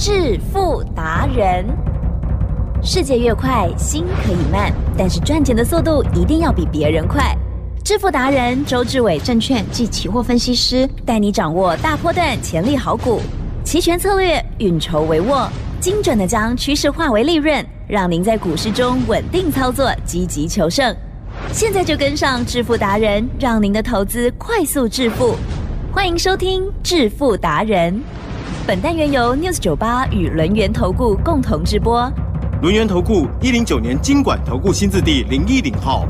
致富达人。世界越快，心可以慢，但是赚钱的速度一定要比别人快。致富达人周志伟证券及期货分析师带你掌握大波段潜力好股，期权策略运筹帷幄，精准的将趋势化为利润，让您在股市中稳定操作，积极求胜。现在就跟上致富达人，让您的投资快速致富。欢迎收听致富达人。本单元由 News98 与轮源投顾共同直播。 轮源投顾109年金管投顾新字第010号。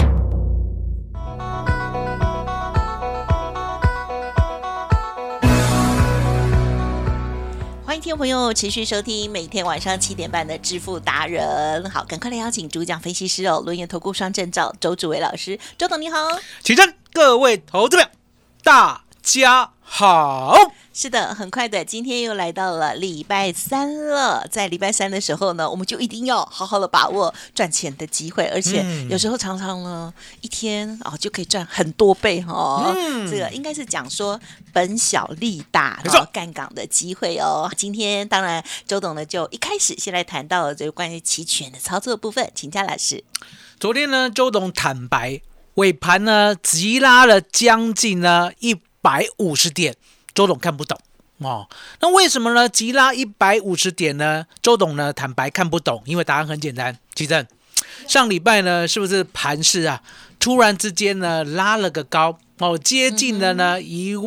欢迎听众朋友持续收听每天晚上7点半的致富达人。好，赶快来邀请主讲分析师轮源投顾双证照周志伟老师。周董你好。 起身，各位投资者大家好。 是的，很快的，今天又来到了礼拜三了。在礼拜三的时候呢，我们就一定要好好的把握赚钱的机会，而且有时候常常呢，一天就可以赚很多倍哦。这个应该是讲说本小利大，干港的机会哦。今天当然周董呢就一开始先来谈到了这个关于期权的操作部分，请教老师。 昨天呢，周董坦白尾盘呢急拉了将近呢150点。周董看不懂哦，那为什么呢？急拉150点呢？周董呢坦白看不懂，因为答案很简单。奇正，上礼拜呢是不是盘势啊？突然之间呢拉了个高哦，接近了呢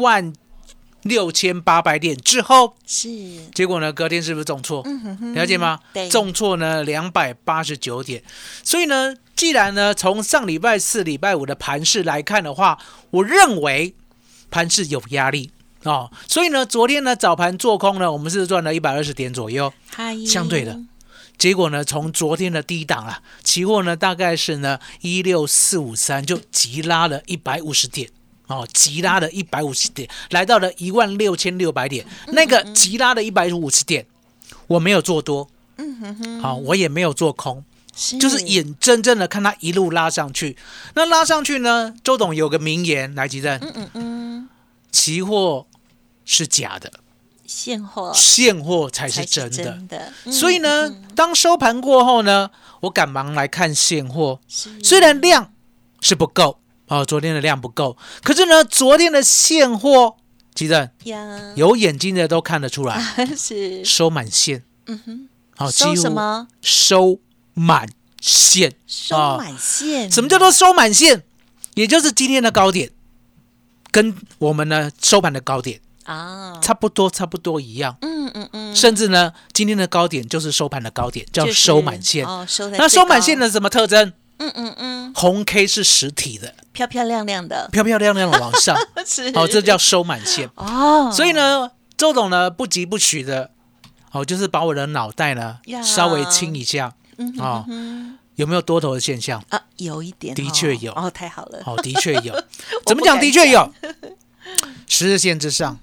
16800点之后， 是结果呢隔天是不是重挫？了解吗？重挫呢289点，所以呢，既然呢从上礼拜四、礼拜五的盘势来看的话，我认为盘势有压力。所以呢，昨天呢早盘做空呢，我们是赚了120点左右，相对的。结果呢，从昨天的低档啊，期货呢大概是呢16453，就急拉了150点，急拉了150点，来到了16600点。那个急拉的150点，我没有做多，我也没有做空。就是眼睁睁的看它一路拉上去。那拉上去呢，周董有个名言，来吉正，期货是假的，现货才是真的。所以呢，当收盘过后呢，我赶忙来看现货，虽然量是不够昨天的量不够，可是呢，昨天的现货，吉正有眼睛的都看得出来，是收满线。收什么？收满线。 收满线。 什么叫做收满线？也就是今天的高点。跟我们呢收盘的高点差不多一样，甚至呢今天的高点就是收盘的高点，叫收满线。那收满线的什么特征？红 K 是实体的， 漂漂亮亮的往上，这叫收满线。所以呢，周董呢不疾不徐的，就是把我的脑袋呢稍微清一下，有没有多头的现象有一点， 的确有太好了的确有。怎么讲？的确有，10日线之上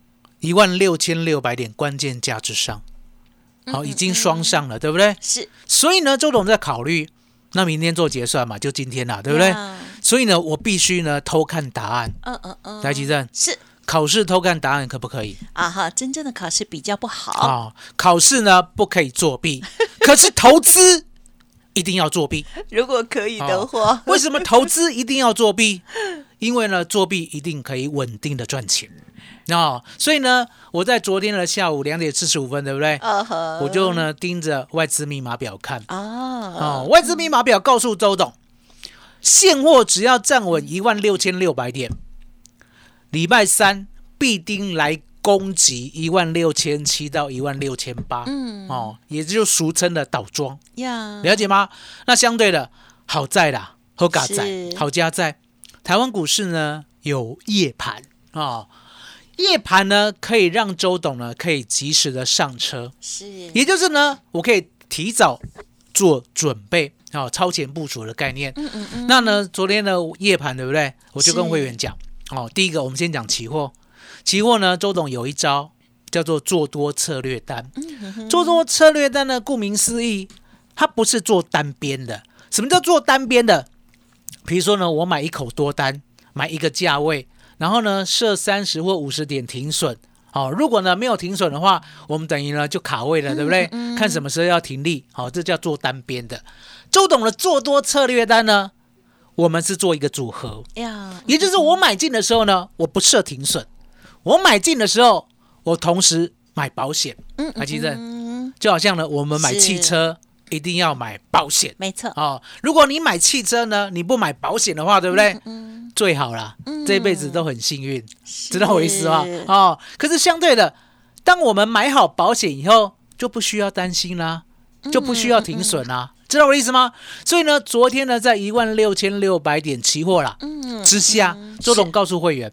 16600点关键价之上，已经双上了，对不对？ 是。 所以呢，周董在考虑，那明天做结算嘛，就今天啦，对不对？所以呢，我必须呢偷看答案。来，吉正， 是。 考试偷看答案可不可以？ 真正的考试比较不好。 考试呢不可以作弊，可是投资一定要作弊。 如果可以的话， 为什么投资一定要作弊？因为呢，作弊一定可以稳定的赚钱。所以呢，我在昨天的下午2点45分，对不对？我就呢盯着外资密码表看。外资密码表告诉周董，现货只要站稳16600点，礼拜三必定来攻击16700到16800，也就是俗称的倒庄，了解吗？那相对的，好在啦，好嘎在，好加在，台湾股市呢有夜盘夜盘呢可以让周董呢可以及时的上车，也就是呢我可以提早做准备超前部署的概念。那呢昨天的夜盘对不对？我就跟会员讲第一个我们先讲期货。期货呢，周董有一招叫做做多策略单。做多策略单呢，顾名思义，它不是做单边的。什么叫做单边的？比如说呢，我买一口多单，买一个价位，然后呢设30或50点停损， 好，如果呢没有停损的话，我们等于呢就卡位了，对不对？看什么时候要停利，好，这叫做单边的。周董的做多策略单呢，我们是做一个组合，也就是我买进的时候呢，我不设停损，我买进的时候，我同时买保险，还记得？就好像呢，我们买汽车一定要买保险， 没错。 如果你买汽车呢，你不买保险的话，对不对？最好啦，这辈子都很幸运，知道我意思吗？可是相对的，当我们买好保险以后，就不需要担心啦，就不需要停损啦。知道我的意思吗？所以呢，昨天呢，在16600点期货啦之下，周董告诉会员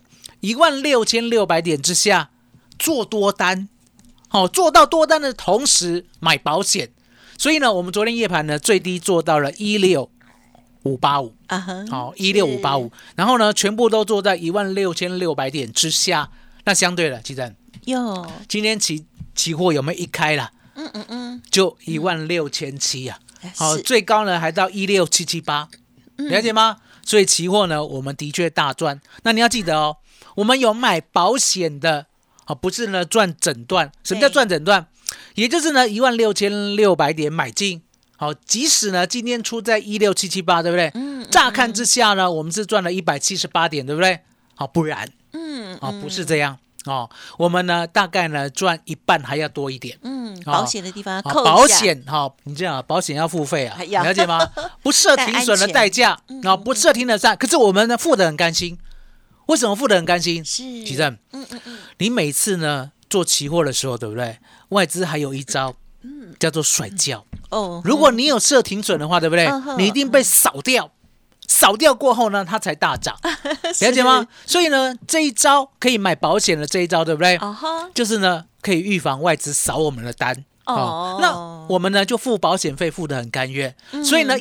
，16600点之下做多单，做到多单的同时买保险。所以呢，我们昨天夜盘呢最低做到了16585，好，16585，然后呢，全部都做在16600点之下。那相对了，奇珍，今天期货有没有一开啦？就16700啊。好，最高呢还到16778，了解吗？所以期货呢，我们的确大赚。那你要记得哦，我们有买保险的，不是呢赚整段。什么叫赚整段？也就是呢16600点买进，好，即使呢今天出在16778，对不对？乍看之下呢，我们是赚了178点，对不对？好，不然，不是这样。我们呢大概呢赚一半还要多一点。 保险的地方要扣一下。 保险你这样保险要付费啊，了解吗？不设停损的代价，不设停的可是我们呢付得很甘心。为什么付得很甘心？奇正，你每次呢做期货的时候，对不对？外资还有一招，叫做甩轿。如果你有设停损的话，对不对？你一定被扫掉。扫掉过后呢，它才大涨，了解吗？所以呢，这一招可以买保险的这一招，对不对？就是呢，可以预防外资扫我们的单。那我们呢就付保险费，付得很甘愿。所以呢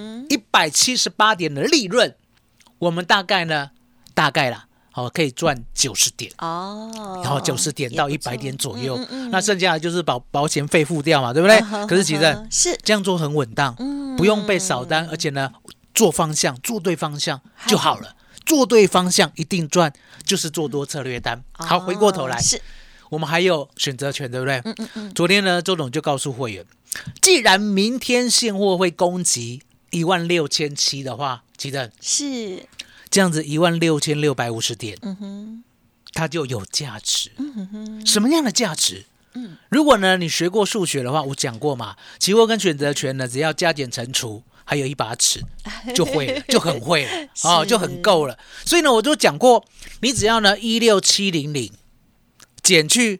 ，178点的利润，我们大概啦，可以赚90点然后90点到100点左右。那剩下的就是保险费付掉嘛，对不对？可是其实是这样做很稳当，不用被扫单，而且呢。做对方向就好了，做对方向一定赚，就是做多策略单。好，回过头来，我们还有选择权，对不对？昨天呢，周董就告诉会员，既然明天现货会攻击16700的话，记得是这样子16650点，它就有价值。什么样的价值？如果呢你学过数学的话，我讲过嘛，期货跟选择权呢，只要加减乘除。还有一把尺就会了，就很会了就很够了。所以呢，我就讲过，你只要呢16700减去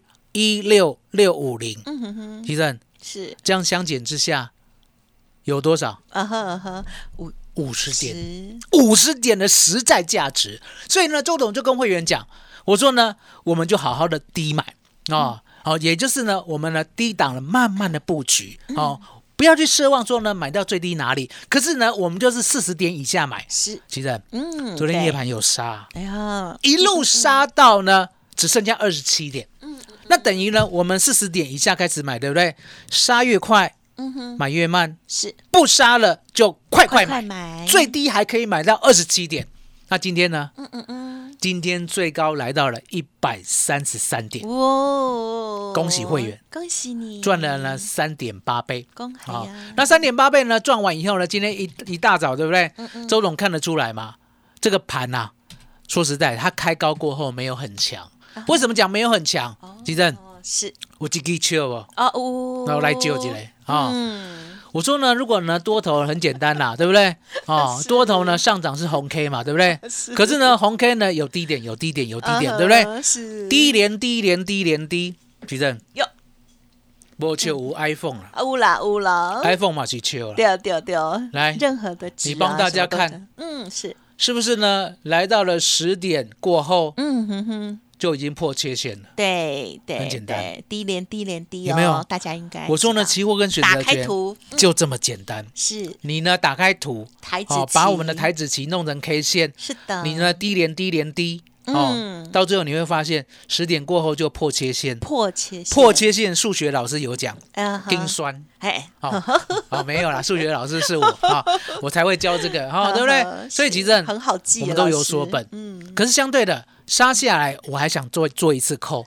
16650，其实是这样相减之下有多少？50点，50点的实在价值。所以呢，周董就跟会员讲，我说呢，我们就好好的低买也就是呢，我们呢低档了，慢慢的布局不要去奢望说呢买到最低哪里，可是呢我们就是40点以下买。其实昨天夜盘有杀，一路杀到呢只剩下27点。那等于呢我们40点以下开始买，对不对？杀越快，买越慢，不杀了就快买，最低还可以买到27点。那今天呢？今天最高来到了133点，恭喜会员， 恭喜你赚了呢3.8倍， 恭喜呀！ 那3.8倍呢，赚完以后呢，今天一大早，对不对？周董看得出来嘛，这个盘说实在，它开高过后没有很强。为什么讲没有很强？吉正是我自己笑不？然后来救一来我说呢，如果呢多头很简单啦，对不对？多头呢上涨是红 K 嘛，对不对？可是呢红 K 呢有低点，对不对？ 是低连，其实没笑有 iPhone 啦， 有啦 ，iPhone 嘛是笑啦。 对，来，任何的你帮大家看，是不是呢？来到了10点过后，就已经破切线了。 对， 很简单， 低连有没有？ 大家应该我说呢，期货跟选择权就这么简单。 是你呢打开图，把我们的台指期弄成 K 线， 是的。 你呢低连低。到最后你会发现10点过后就破切线，破切线数学老师有讲，丁酸，没有啦，数学老师是我我才会教这个对不对？所以其实很好记， 我们都有所本，可是相对的杀下来，我还想做一次扣，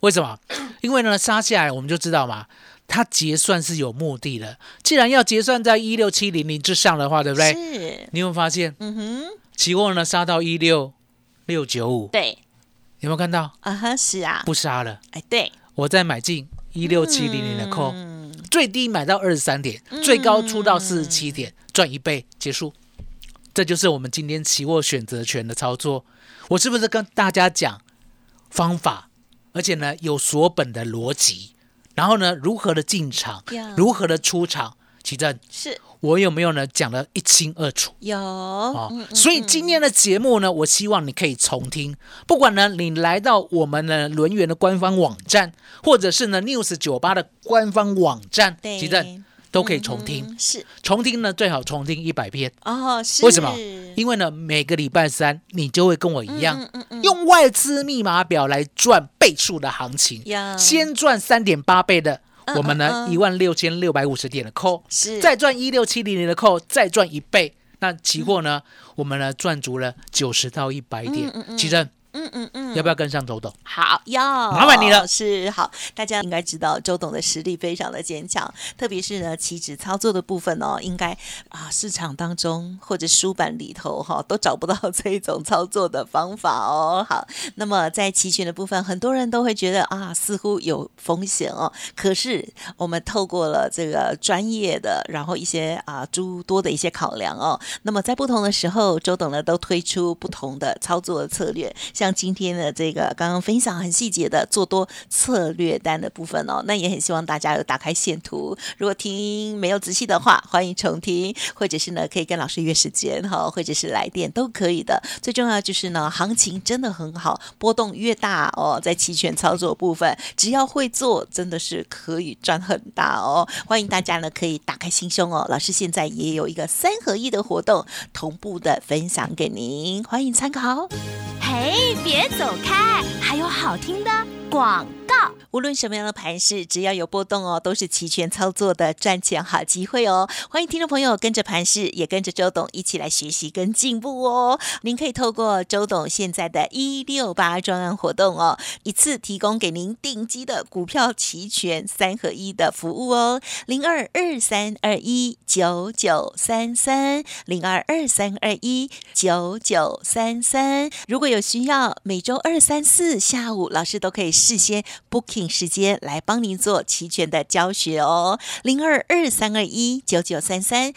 为什么？因为呢杀下来我们就知道嘛，它结算是有目的的。既然要结算在16700之上的话，对不对？ 是。 你有没有发现？期货呢杀到16695， 对， 有没有看到？ 是啊， 不杀了。 哎，对， 我再买进16700的 call，最低买到23点，最高出到47点，赚1倍，结束。这就是我们今天期货选择权的操作。我是不是跟大家讲方法，而且呢有锁本的逻辑，然后呢如何的进场，如何的出场？奇正， 是我有没有呢讲得一清二楚？ 有所以今天的节目呢，我希望你可以重听，不管呢你来到我们的轮源的官方网站，或者是呢 News98 的官方网站，奇正都可以重听。 是重听呢，最好重听100遍是为什么？因为呢每个礼拜三你就会跟我一样，用外资密码表来赚倍数的行情，先赚3.8倍的。我们呢16650点的 call， 再赚16700的 call， 再赚1倍。那期货呢，我们呢赚足了90到100点。奇正，要不要跟上周董？ 好，要， 麻烦你了。 是好，大家应该知道周董的实力非常的坚强，特别是呢期指操作的部分哦，应该市场当中或者书本里头都找不到这种操作的方法哦。好，那么在期权的部分，很多人都会觉得似乎有风险哦，可是我们透过了这个专业的，然后一些诸多的一些考量哦，那么在不同的时候，周董呢都推出不同的操作的策略。像今天的这个刚刚分享很细节的做多策略单的部分哦，那也很希望大家有打开线图，如果听没有仔细的话，欢迎重听，或者是呢可以跟老师约时间或者是来电都可以的。最重要就是呢，行情真的很好，波动越大哦，在期权操作部分，只要会做，真的是可以赚很大哦。欢迎大家呢可以打开心胸哦，老师现在也有一个3合1的活动，同步的分享给您，欢迎参考。 嘿，别走开，还有好听的广告。 无论什么样的盘势，只要有波动哦，都是期权操作的赚钱好机会哦。欢迎听众朋友跟着盘势，也跟着周董一起来学习跟进步哦。您可以透过周董现在的168专案活动哦，一次提供给您顶级的股票期权3合1的服务哦。0223219933 0223219933，如果有需要，每周2、3、4下午，老师都可以事先 booking 时间来帮您做期权的教学哦。0223219933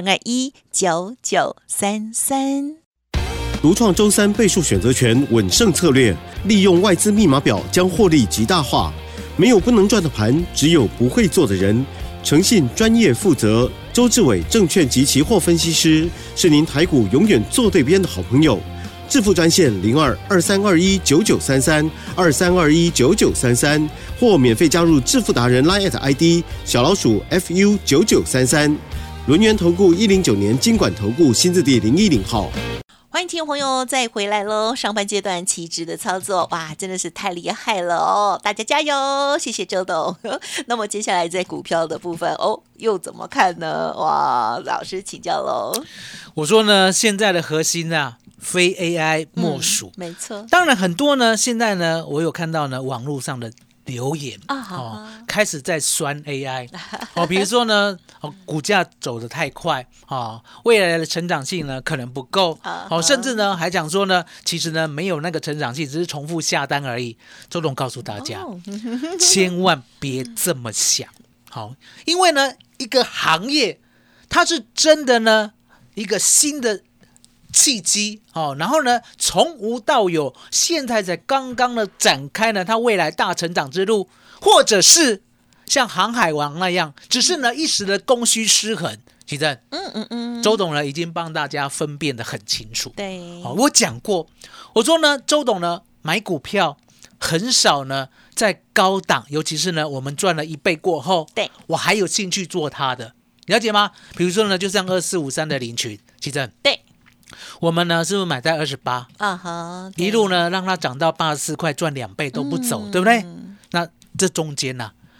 23219933。 独创周3倍数选择权稳胜策略，利用外资密码表将获利极大化。没有不能赚的盘，只有不会做的人。诚信、专业、负责，周志伟证券及期货分析师是您台股永远坐对边的好朋友。致富专线0223219933 23219933，或免费加入致富达人 LINE ID 小老鼠 FU9933。轮源投顾109年金管投顾新字第010号。 欢迎听众朋友再回来喽！上半阶段期指的操作，哇，真的是太厉害了哦！大家加油，谢谢周董。那么接下来在股票的部分哦，又怎么看呢？哇，老师请教喽。 我说呢，现在的核心非 AI 莫属， 没错。 当然很多呢，现在呢，我有看到呢，网络上的留言开始在酸 AI 比如说呢，股价走得太快未来的成长性呢可能不够甚至呢还讲说呢，其实呢没有那个成长性，只是重复下单而已。周董告诉大家，千万别这么想因为呢一个行业它是真的呢一个新的契机然后呢从无到有，现在才刚刚的展开呢它未来大成长之路，或者是像航海王那样，只是呢一时的供需失衡。其实周董呢已经帮大家分辨得很清楚。 对， 我讲过，我说呢周董呢买股票很少呢在高档，尤其是呢我们赚了1倍过后， 对我还有兴趣做它的，了解吗？比如说呢就像2453的林群，其实对， 我们呢是不是买在28一路呢让它涨到84块，赚2倍都不走，对不对？那这中间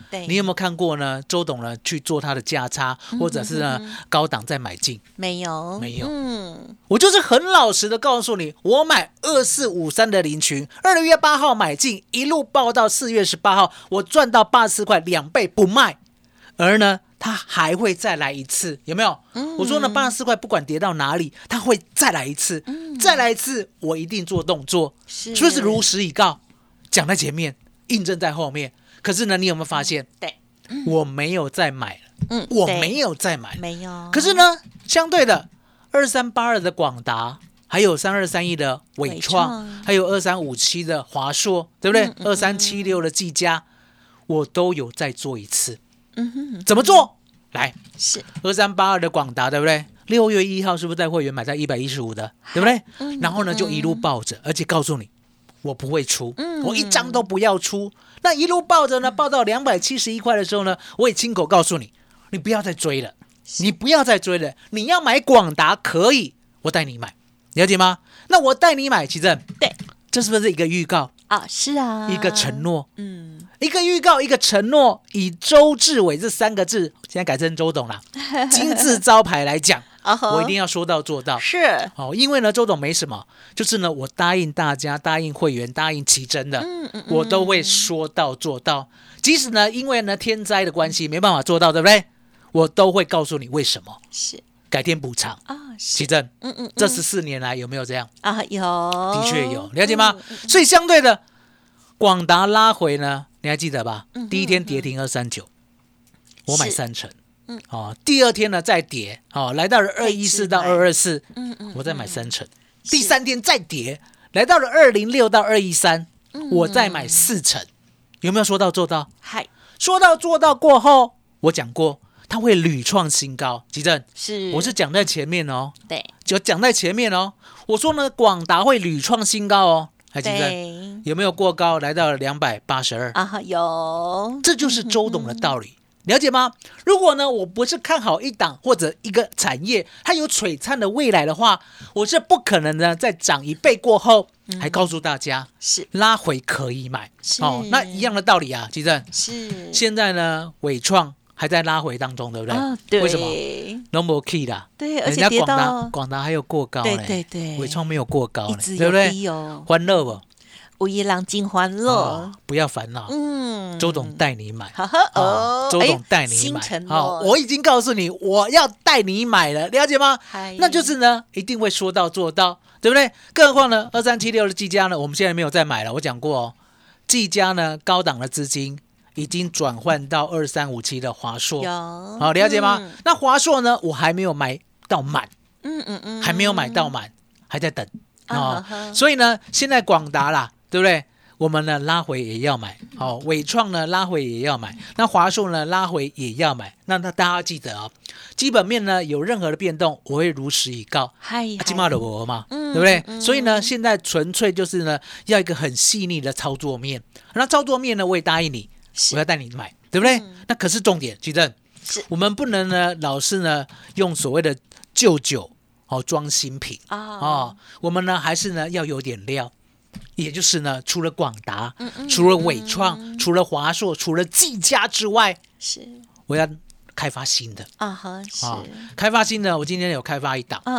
对， 你有没有看过呢？周董呢去做他的价差，或者是呢高档再买进？ 没有， 没有。我就是很老实的告诉你，我买2453的林群，2月8号买进，一路报到4月18号，我赚到84块，2倍不卖。而呢，它还会再来一次，有没有？我说呢，84块不管跌到哪里，它会再来一次，再来一次，我一定做动作，是不是如实以告？讲在前面，印证在后面。可是呢，你有没有发现？ 对， 我没有再买了，我没有再买， 没有。 可是呢，相对的，2382的广达，还有3231的伟创，还有2357的华硕，对不对？2376的技嘉，我都有再做一次。怎么做？来， 是 2382的广达，对不对？6月1号是不是在会员买在115的，对不对？然后呢，就一路抱着，而且告诉你，我不会出，我一张都不要出。那一路抱着呢，抱到271块的时候呢，我也亲口告诉你，你不要再追了，你不要再追了。你要买广达可以，我带你买，了解吗？那我带你买，奇正， 对， 这是不是一个预告啊？是啊， 一个承诺，一个预告，一个承诺，以周志伟这3个字，现在改成周董了，金字招牌来讲，我一定要说到做到。 是哦，因为呢，周董没什么，就是呢，我答应大家，答应会员，答应奇珍的，我都会说到做到。即使呢，因为呢天灾的关系没办法做到，对不对？我都会告诉你为什么。 是改天补偿啊，奇珍，这14年来有没有这样啊？有， 的确有，了解吗？所以相对的，广达拉回呢，你还记得吧？第一天跌停239，我买3成。第二天呢再跌，来到了214到224，我再买3成。第3天再跌，来到了206到213，我再买4成。有没有说到做到？说到做到过后，我讲过，它会屡创新高。吉正， 是， 我是讲在前面哦， 对， 就讲在前面哦。我说呢，广达会屡创新高哦。还记得有没有过高？来到了282 啊，有， 这就是周董的道理。了解吗？如果呢，我不是看好一档或者一个产业，它有璀璨的未来的话，我是不可能呢，在涨1倍过后，还告诉大家是拉回可以买。那一样的道理啊，其实是现在呢，伟创还在拉回当中，对不对？ 对， 为什么 ？No more key 啦， 对，而且跌到广达还有过高嘞， 对， 伟创没有过高， 对不对？欢乐不？ 有一郎尽欢乐， 不要烦恼。周董带你买， 周董带你买。我已经告诉你，我要带你买了，了解吗？那就是呢，一定会说到做到，对不对？更何况呢，2376的技嘉呢，我们现在没有再买了。我讲过哦，技嘉呢，高档的资金已经转换到2357的华硕，好，了解吗？那华硕呢，我还没有买到满，还没有买到满，还在等所以呢，现在广达啦。对不对？我们呢拉回也要买，伟创呢拉回也要买，那华硕呢拉回也要买。那大家记得哦，基本面呢有任何的变动，我会如实以告。金马的我嘛，对不对？所以呢，现在纯粹就是呢要一个很细腻的操作面。那操作面呢，我也答应你，我要带你买，对不对？那可是重点，其实我们不能呢老是呢用所谓的旧酒装新品我们呢还是呢要有点料。也就是呢，除了广达，除了伟创，除了华硕，除了技嘉之外， 是我要开发新的是开发新的。我今天有开发一档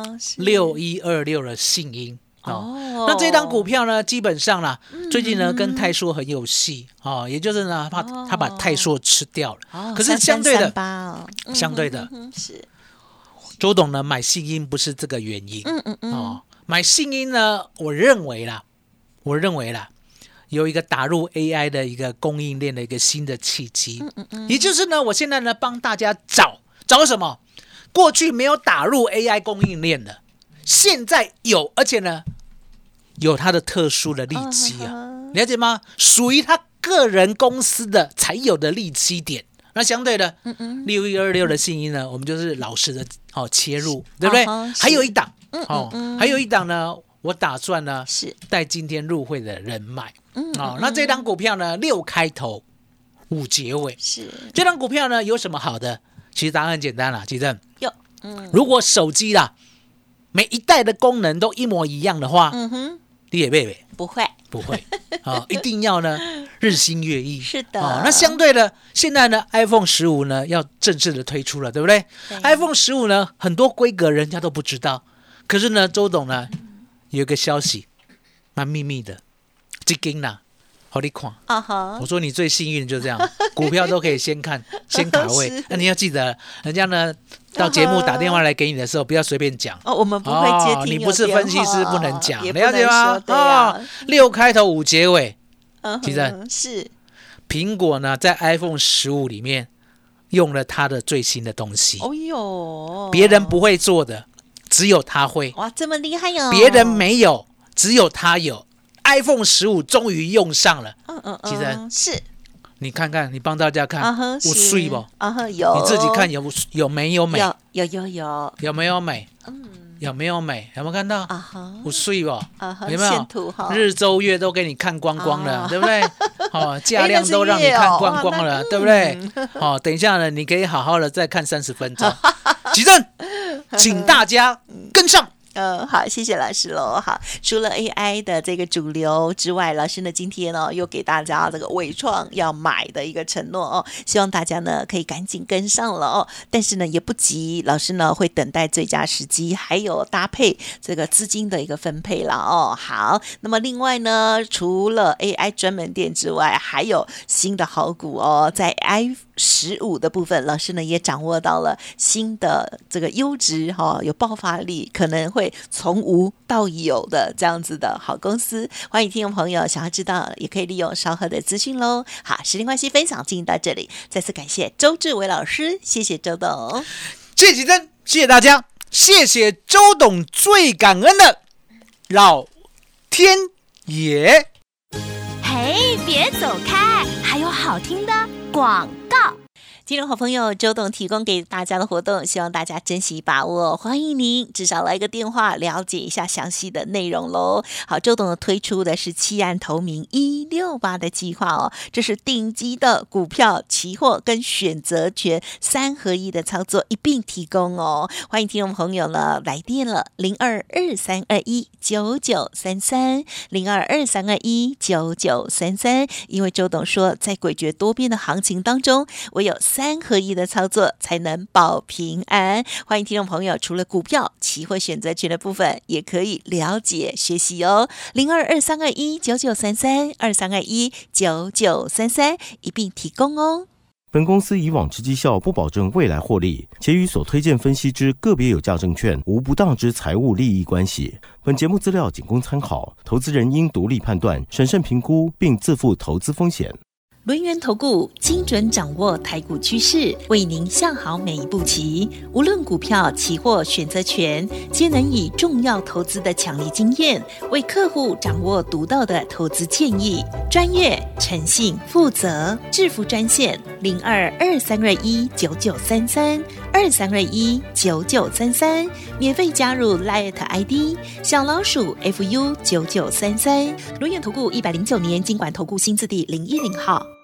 6126的信音那这档股票呢，基本上啦，最近呢跟泰硕很有戏也就是呢，他把泰硕吃掉了。可是相对的，相对的是周董呢买信音不是这个原因买信音呢，我认为啦，有一个打入 AI 的一个供应链的一个新的契机，也就是呢，我现在呢帮大家找什么？过去没有打入 AI 供应链的，现在有，而且呢有它的特殊的利基了解吗？属于他个人公司的才有的利基点。那相对的，6126的信音呢，我们就是老实的切入，对不对？还有一档。还有一档呢，我打算呢是带今天入会的人买。那这档股票呢，6开头5结尾。是这档股票呢有什么好的？其实答案很简单啦，其实如果手机啦每一代的功能都一模一样的话， 你也背不会， 不会一定要呢日新月异。 是的。 那相对的，现在呢 iPhone 15呢要正式的推出了，对不对？ iPhone 15呢很多规格人家都不知道，可是呢周董呢有一个消息蛮秘密的，这根啦好你看我说你最幸运就这样，股票都可以先看先卡位。那你要记得人家呢到节目打电话来给你的时候不要随便讲我们不会接听你不是分析师不能讲， 了解吗 ？6开头5结尾其实是苹果呢在 iPhone 15里面用了它的最新的东西，别人不会做的只有他会。 哇，这么厉害哦！ 别人没有只有他有。iPhone 15终于用上了，其实是你看看，你帮大家看，有水不？ 有， 你自己看有没有美？有没有美？有没有美？有没有看到？有水不？有没有？日周月都给你看光光了，对不对？价量都让你看光光了，对不对？等一下呢，你可以好好的再看30分钟。奇正，请大家跟上。 好，谢谢老师喽。好，除了 AI 的这个主流之外，老师呢今天呢又给大家这个伟创要买的一个承诺希望大家呢可以赶紧跟上了但是呢也不急，老师呢会等待最佳时机，还有搭配这个资金的一个分配了好，那么另外呢，除了 AI 专门店之外，还有新的好股在 i15 的部分，老师呢也掌握到了新的这个优质有爆发力，可能会从无到有的这样子的好公司。欢迎听众朋友想要知道也可以利用稍后的资讯咯。好，时间关系分享进行到这里，再次感谢周志伟老师，谢谢周董， 谢谢奇珍，谢谢大家，谢谢周董，最感恩的老天爷。 嘿，别走开，还有好听的广告。 听众好朋友，周董提供给大家的活动，希望大家珍惜把握。欢迎您至少来一个电话，了解一下详细的内容咯。好，周董推出的是弃暗投明168的计划这是顶级的股票、期货跟选择权3合1的操作一并提供欢迎听众朋友呢来电了0223219933 0223219933，因为周董说在诡谲多变的行情当中，唯有3合1的操作才能保平安。欢迎听众朋友除了股票、期货、选择权的部分也可以了解学习0223219933 23219933一并提供本公司以往之绩效不保证未来获利，且与所推荐分析之个别有价证券无不当之财务利益关系。本节目资料仅供参考，投资人应独立判断、审慎评估，并自负投资风险。 轮源投顾精准掌握台股趋势，为您下好每一步棋。无论股票、期货、选择权，皆能以重要投资的强力经验，为客户掌握独到的投资建议。专业、诚信、负责，致富专线0223219933 23219933，免费加入 Line ID 小老鼠 FU9933。轮源投顾109年金管投顾新字第010号。